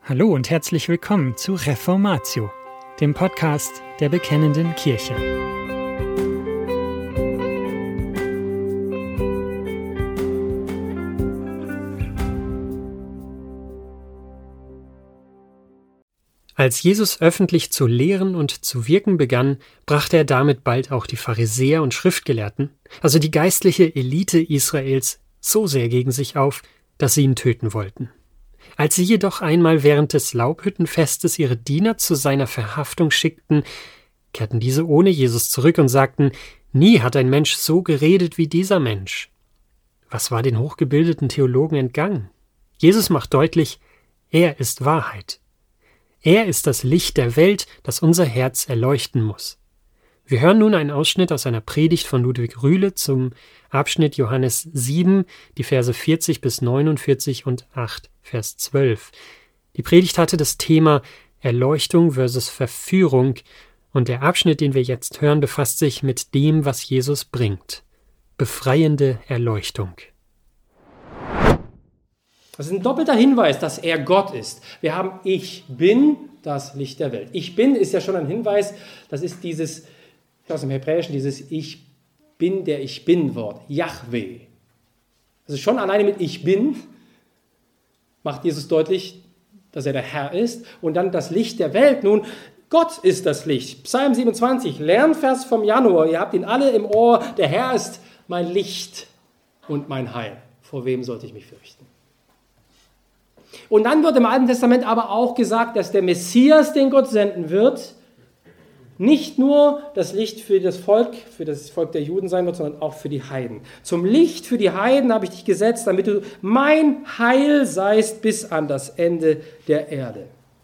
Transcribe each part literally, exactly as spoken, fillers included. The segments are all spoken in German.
Hallo und herzlich willkommen zu Reformatio, dem Podcast der Bekennenden Kirche. Als Jesus öffentlich zu lehren und zu wirken begann, brachte er damit bald auch die Pharisäer und Schriftgelehrten, also die geistliche Elite Israels, so sehr gegen sich auf, dass sie ihn töten wollten. Als sie jedoch einmal während des Laubhüttenfestes ihre Diener zu seiner Verhaftung schickten, kehrten diese ohne Jesus zurück und sagten, nie hat ein Mensch so geredet wie dieser Mensch. Was war den hochgebildeten Theologen entgangen? Jesus macht deutlich, er ist Wahrheit. Er ist das Licht der Welt, das unser Herz erleuchten muss. Wir hören nun einen Ausschnitt aus einer Predigt von Ludwig Rühle zum Abschnitt Johannes sieben, die Verse vierzig bis neunundvierzig und acht, Vers zwölf. Die Predigt hatte das Thema Erleuchtung versus Verführung und der Abschnitt, den wir jetzt hören, befasst sich mit dem, was Jesus bringt. Befreiende Erleuchtung. Das ist ein doppelter Hinweis, dass er Gott ist. Wir haben Ich bin das Licht der Welt. Ich bin ist ja schon ein Hinweis, das ist dieses, aus dem Hebräischen, dieses Ich bin, der Ich bin-Wort, Yahweh. Also schon alleine mit Ich bin macht Jesus deutlich, dass er der Herr ist. Und dann das Licht der Welt. Nun, Gott ist das Licht. Psalm siebenundzwanzig, Lernvers vom Januar. Ihr habt ihn alle im Ohr. Der Herr ist mein Licht und mein Heil. Vor wem sollte ich mich fürchten? Und dann wird im Alten Testament aber auch gesagt, dass der Messias, den Gott senden wird, nicht nur das Licht für das Volk, für das Volk der Juden sein wird, sondern auch für die Heiden. Zum Licht für die Heiden habe ich dich gesetzt, damit du mein Heil seist bis an das Ende der Erde.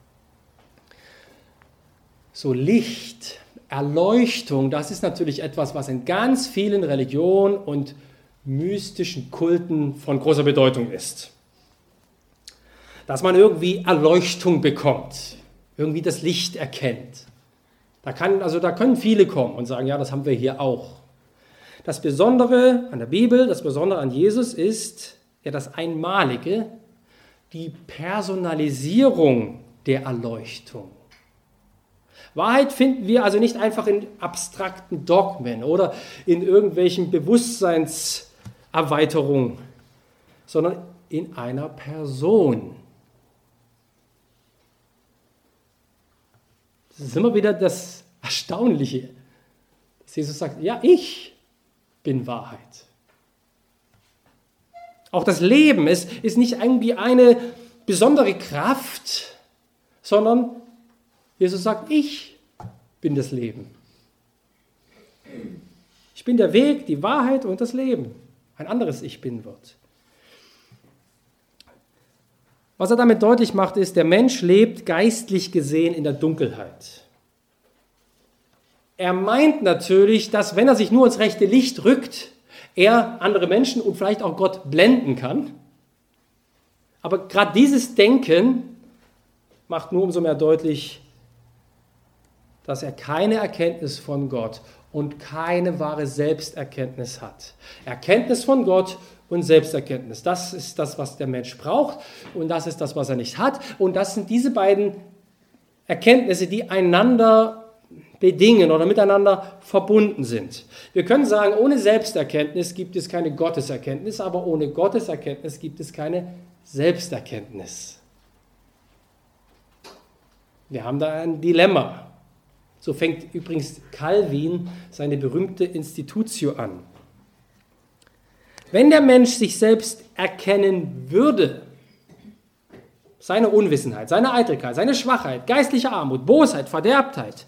So Licht, Erleuchtung, das ist natürlich etwas, was in ganz vielen Religionen und mystischen Kulten von großer Bedeutung ist. Dass man irgendwie Erleuchtung bekommt, irgendwie das Licht erkennt. Da, kann, also da können viele kommen und sagen, ja, das haben wir hier auch. Das Besondere an der Bibel, das Besondere an Jesus ist ja das Einmalige, die Personalisierung der Erleuchtung. Wahrheit finden wir also nicht einfach in abstrakten Dogmen oder in irgendwelchen Bewusstseinserweiterungen, sondern in einer Person. Das ist immer wieder das Erstaunliche, dass Jesus sagt, ja, ich bin Wahrheit. Auch das Leben ist, ist nicht irgendwie eine besondere Kraft, sondern Jesus sagt, ich bin das Leben. Ich bin der Weg, die Wahrheit und das Leben. Ein anderes Ich bin wird. Was er damit deutlich macht, ist, der Mensch lebt geistlich gesehen in der Dunkelheit. Er meint natürlich, dass wenn er sich nur ins rechte Licht rückt, er andere Menschen und vielleicht auch Gott blenden kann. Aber gerade dieses Denken macht nur umso mehr deutlich, dass er keine Erkenntnis von Gott und keine wahre Selbsterkenntnis hat. Erkenntnis von Gott und Selbsterkenntnis. Das ist das, was der Mensch braucht und das ist das, was er nicht hat. Und das sind diese beiden Erkenntnisse, die einander bedingen oder miteinander verbunden sind. Wir können sagen, ohne Selbsterkenntnis gibt es keine Gotteserkenntnis, aber ohne Gotteserkenntnis gibt es keine Selbsterkenntnis. Wir haben da ein Dilemma. So fängt übrigens Calvin seine berühmte Institutio an. Wenn der Mensch sich selbst erkennen würde, seine Unwissenheit, seine Eitelkeit, seine Schwachheit, geistliche Armut, Bosheit, Verderbtheit,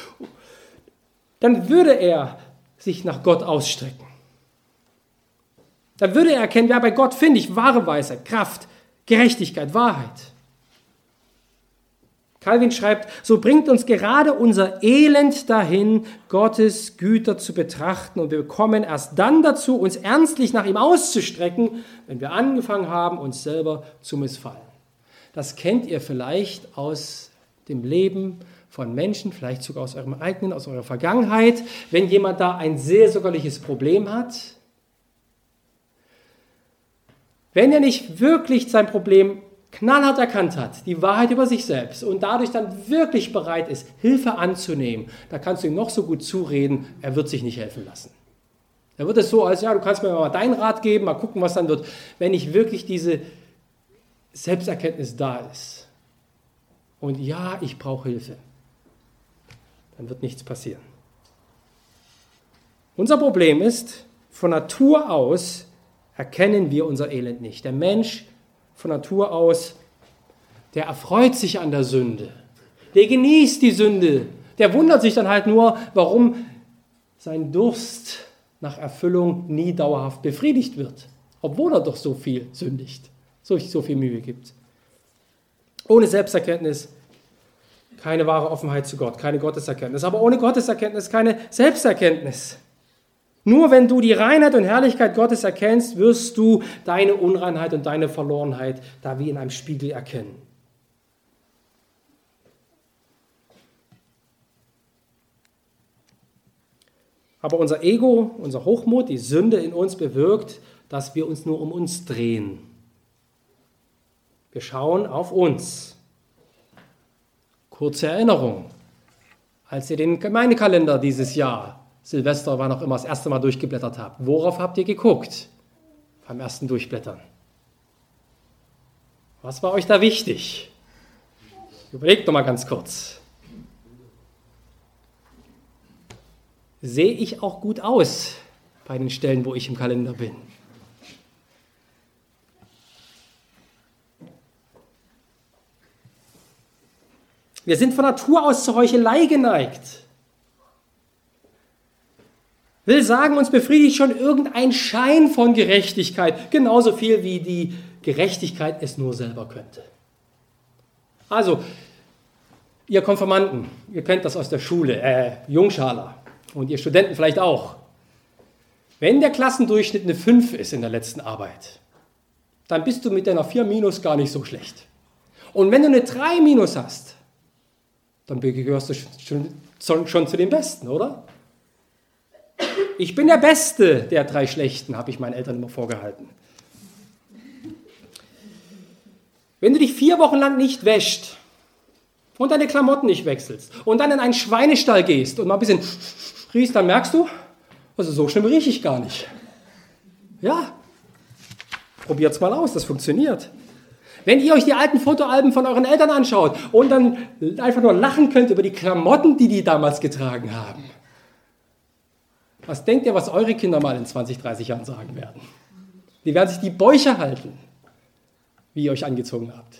dann würde er sich nach Gott ausstrecken. Dann würde er erkennen, ja, bei Gott finde ich wahre Weisheit, Kraft, Gerechtigkeit, Wahrheit. Calvin schreibt, so bringt uns gerade unser Elend dahin, Gottes Güter zu betrachten und wir kommen erst dann dazu, uns ernstlich nach ihm auszustrecken, wenn wir angefangen haben, uns selber zu missfallen. Das kennt ihr vielleicht aus dem Leben von Menschen, vielleicht sogar aus eurem eigenen, aus eurer Vergangenheit, wenn jemand da ein seelsorgerliches Problem hat. Wenn er nicht wirklich sein Problem knallhart erkannt hat, die Wahrheit über sich selbst und dadurch dann wirklich bereit ist, Hilfe anzunehmen, da kannst du ihm noch so gut zureden, er wird sich nicht helfen lassen. Da wird es so, als ja, du kannst mir mal deinen Rat geben, mal gucken, was dann wird. Wenn nicht wirklich diese Selbsterkenntnis da ist und ja, ich brauche Hilfe, dann wird nichts passieren. Unser Problem ist, von Natur aus erkennen wir unser Elend nicht. Der Mensch von Natur aus, der erfreut sich an der Sünde, der genießt die Sünde, der wundert sich dann halt nur, warum sein Durst nach Erfüllung nie dauerhaft befriedigt wird, obwohl er doch so viel sündigt, so, so viel Mühe gibt. Ohne Selbsterkenntnis keine wahre Offenheit zu Gott, keine Gotteserkenntnis, aber ohne Gotteserkenntnis keine Selbsterkenntnis. Nur wenn du die Reinheit und Herrlichkeit Gottes erkennst, wirst du deine Unreinheit und deine Verlorenheit da wie in einem Spiegel erkennen. Aber unser Ego, unser Hochmut, die Sünde in uns bewirkt, dass wir uns nur um uns drehen. Wir schauen auf uns. Kurze Erinnerung, als ihr den Gemeindekalender dieses Jahr, Silvester war noch immer das erste Mal durchgeblättert habt. Worauf habt ihr geguckt beim ersten Durchblättern? Was war euch da wichtig? Überlegt doch mal ganz kurz. Sehe ich auch gut aus bei den Stellen, wo ich im Kalender bin? Wir sind von Natur aus zur Heuchelei geneigt. Will sagen, uns befriedigt schon irgendein Schein von Gerechtigkeit, genauso viel wie die Gerechtigkeit es nur selber könnte. Also, ihr Konfirmanden, ihr kennt das aus der Schule, äh, Jungschaler und ihr Studenten vielleicht auch. Wenn der Klassendurchschnitt eine fünf ist in der letzten Arbeit, dann bist du mit deiner vier minus gar nicht so schlecht. Und wenn du eine drei minus hast, dann gehörst du schon, schon zu den Besten, oder? Ich bin der Beste der drei Schlechten, habe ich meinen Eltern immer vorgehalten. Wenn du dich vier Wochen lang nicht wäschst und deine Klamotten nicht wechselst und dann in einen Schweinestall gehst und mal ein bisschen riechst, dann merkst du, also so schlimm rieche ich gar nicht. Ja, probiert's mal aus, das funktioniert. Wenn ihr euch die alten Fotoalben von euren Eltern anschaut und dann einfach nur lachen könnt über die Klamotten, die die damals getragen haben. Was denkt ihr, was eure Kinder mal in zwanzig, dreißig Jahren sagen werden? Die werden sich die Bäuche halten, wie ihr euch angezogen habt.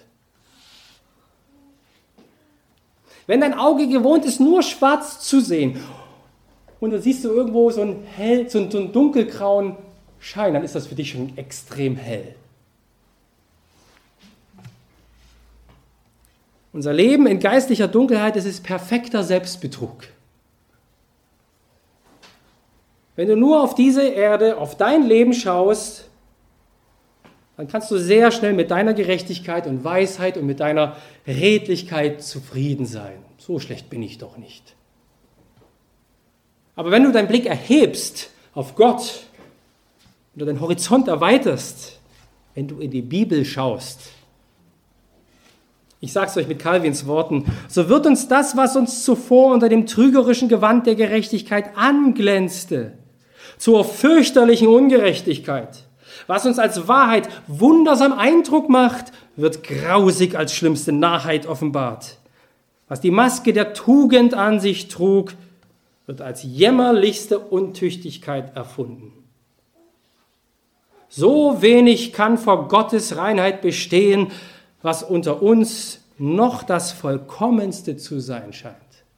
Wenn dein Auge gewohnt ist, nur schwarz zu sehen und dann siehst du irgendwo so einen, hell, so einen, so einen dunkelgrauen Schein, dann ist das für dich schon extrem hell. Unser Leben in geistlicher Dunkelheit, das ist perfekter Selbstbetrug. Wenn du nur auf diese Erde, auf dein Leben schaust, dann kannst du sehr schnell mit deiner Gerechtigkeit und Weisheit und mit deiner Redlichkeit zufrieden sein. So schlecht bin ich doch nicht. Aber wenn du deinen Blick erhebst auf Gott, wenn du deinen Horizont erweiterst, wenn du in die Bibel schaust, ich sage es euch mit Calvins Worten, so wird uns das, was uns zuvor unter dem trügerischen Gewand der Gerechtigkeit anglänzte, zur fürchterlichen Ungerechtigkeit. Was uns als Wahrheit wundersam Eindruck macht, wird grausig als schlimmste Narrheit offenbart. Was die Maske der Tugend an sich trug, wird als jämmerlichste Untüchtigkeit erfunden. So wenig kann vor Gottes Reinheit bestehen, was unter uns noch das Vollkommenste zu sein scheint.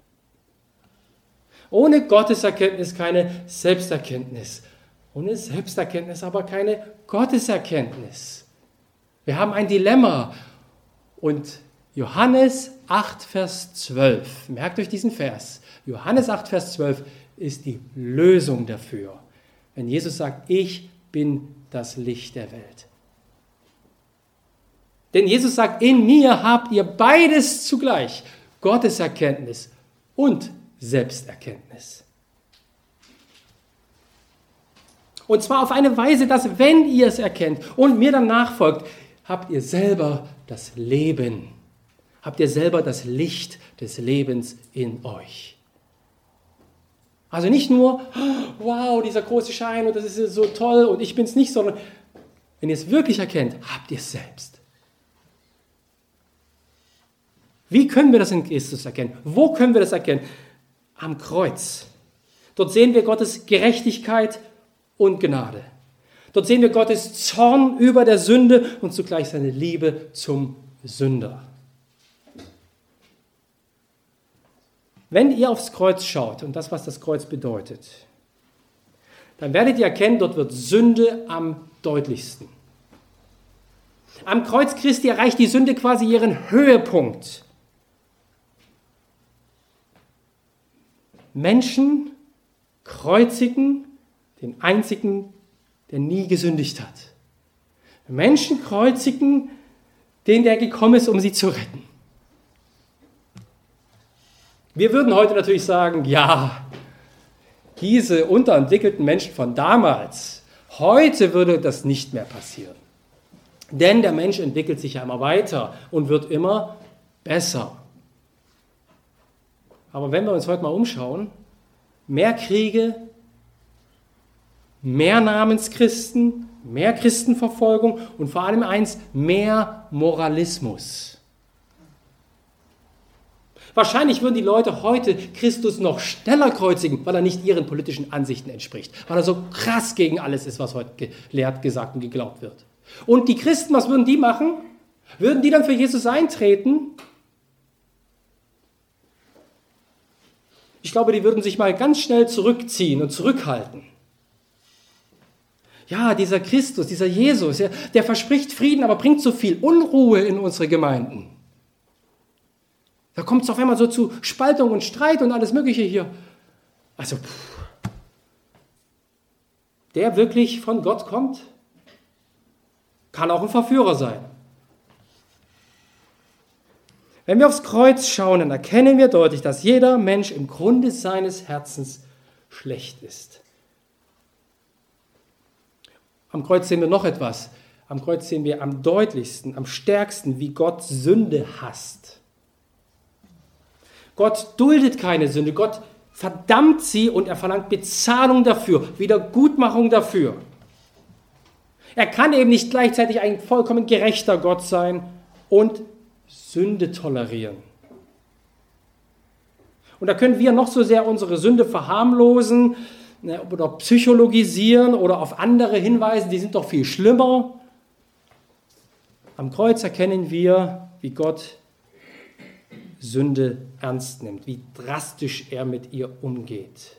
Ohne Gotteserkenntnis keine Selbsterkenntnis. Ohne Selbsterkenntnis aber keine Gotteserkenntnis. Wir haben ein Dilemma. Und Johannes acht, Vers zwölf, merkt euch diesen Vers, Johannes acht, Vers zwölf ist die Lösung dafür. Wenn Jesus sagt, ich bin das Licht der Welt. Denn Jesus sagt, in mir habt ihr beides zugleich, Gotteserkenntnis und Selbsterkenntnis. Und zwar auf eine Weise, dass wenn ihr es erkennt und mir dann nachfolgt, habt ihr selber das Leben. Habt ihr selber das Licht des Lebens in euch. Also nicht nur, wow, dieser große Schein und das ist so toll und ich bin es nicht, sondern wenn ihr es wirklich erkennt, habt ihr es selbst. Wie können wir das in Christus erkennen? Wo können wir das erkennen? Am Kreuz. Dort sehen wir Gottes Gerechtigkeit und Gnade. Dort sehen wir Gottes Zorn über der Sünde und zugleich seine Liebe zum Sünder. Wenn ihr aufs Kreuz schaut und das, was das Kreuz bedeutet, dann werdet ihr erkennen, dort wird Sünde am deutlichsten. Am Kreuz Christi erreicht die Sünde quasi ihren Höhepunkt. Menschen kreuzigen den einzigen, der nie gesündigt hat. Menschen kreuzigen den, der gekommen ist, um sie zu retten. Wir würden heute natürlich sagen, ja, diese unterentwickelten Menschen von damals, heute würde das nicht mehr passieren. Denn der Mensch entwickelt sich ja immer weiter und wird immer besser. Aber wenn wir uns heute mal umschauen, mehr Kriege, mehr Namenschristen, mehr Christenverfolgung und vor allem eins, mehr Moralismus. Wahrscheinlich würden die Leute heute Christus noch schneller kreuzigen, weil er nicht ihren politischen Ansichten entspricht, weil er so krass gegen alles ist, was heute gelehrt, gesagt und geglaubt wird. Und die Christen, was würden die machen? Würden die dann für Jesus eintreten? Ich glaube, die würden sich mal ganz schnell zurückziehen und zurückhalten. Ja, dieser Christus, dieser Jesus, der, der verspricht Frieden, aber bringt so viel Unruhe in unsere Gemeinden. Da kommt es auf einmal so zu Spaltung und Streit und alles Mögliche hier. Also, pff. Der wirklich von Gott kommt, kann auch ein Verführer sein. Wenn wir aufs Kreuz schauen, dann erkennen wir deutlich, dass jeder Mensch im Grunde seines Herzens schlecht ist. Am Kreuz sehen wir noch etwas. Am Kreuz sehen wir am deutlichsten, am stärksten, wie Gott Sünde hasst. Gott duldet keine Sünde, Gott verdammt sie und er verlangt Bezahlung dafür, Wiedergutmachung dafür. Er kann eben nicht gleichzeitig ein vollkommen gerechter Gott sein und Sünde tolerieren. Und da können wir noch so sehr unsere Sünde verharmlosen oder psychologisieren oder auf andere hinweisen, die sind doch viel schlimmer. Am Kreuz erkennen wir, wie Gott Sünde ernst nimmt, wie drastisch er mit ihr umgeht.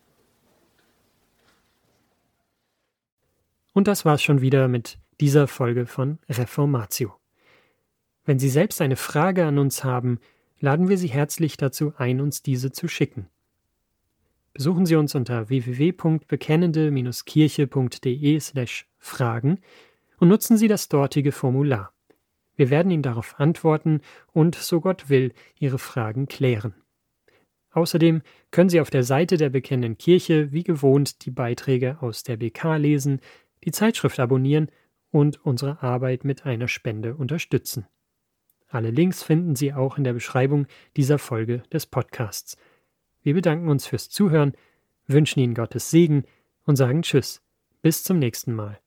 Und das war's schon wieder mit dieser Folge von Reformatio. Wenn Sie selbst eine Frage an uns haben, laden wir Sie herzlich dazu ein, uns diese zu schicken. Besuchen Sie uns unter w w w punkt bekennende Kirche punkt d e slash fragen und nutzen Sie das dortige Formular. Wir werden Ihnen darauf antworten und, so Gott will, Ihre Fragen klären. Außerdem können Sie auf der Seite der Bekennenden Kirche wie gewohnt die Beiträge aus der B K lesen, die Zeitschrift abonnieren und unsere Arbeit mit einer Spende unterstützen. Alle Links finden Sie auch in der Beschreibung dieser Folge des Podcasts. Wir bedanken uns fürs Zuhören, wünschen Ihnen Gottes Segen und sagen Tschüss, bis zum nächsten Mal.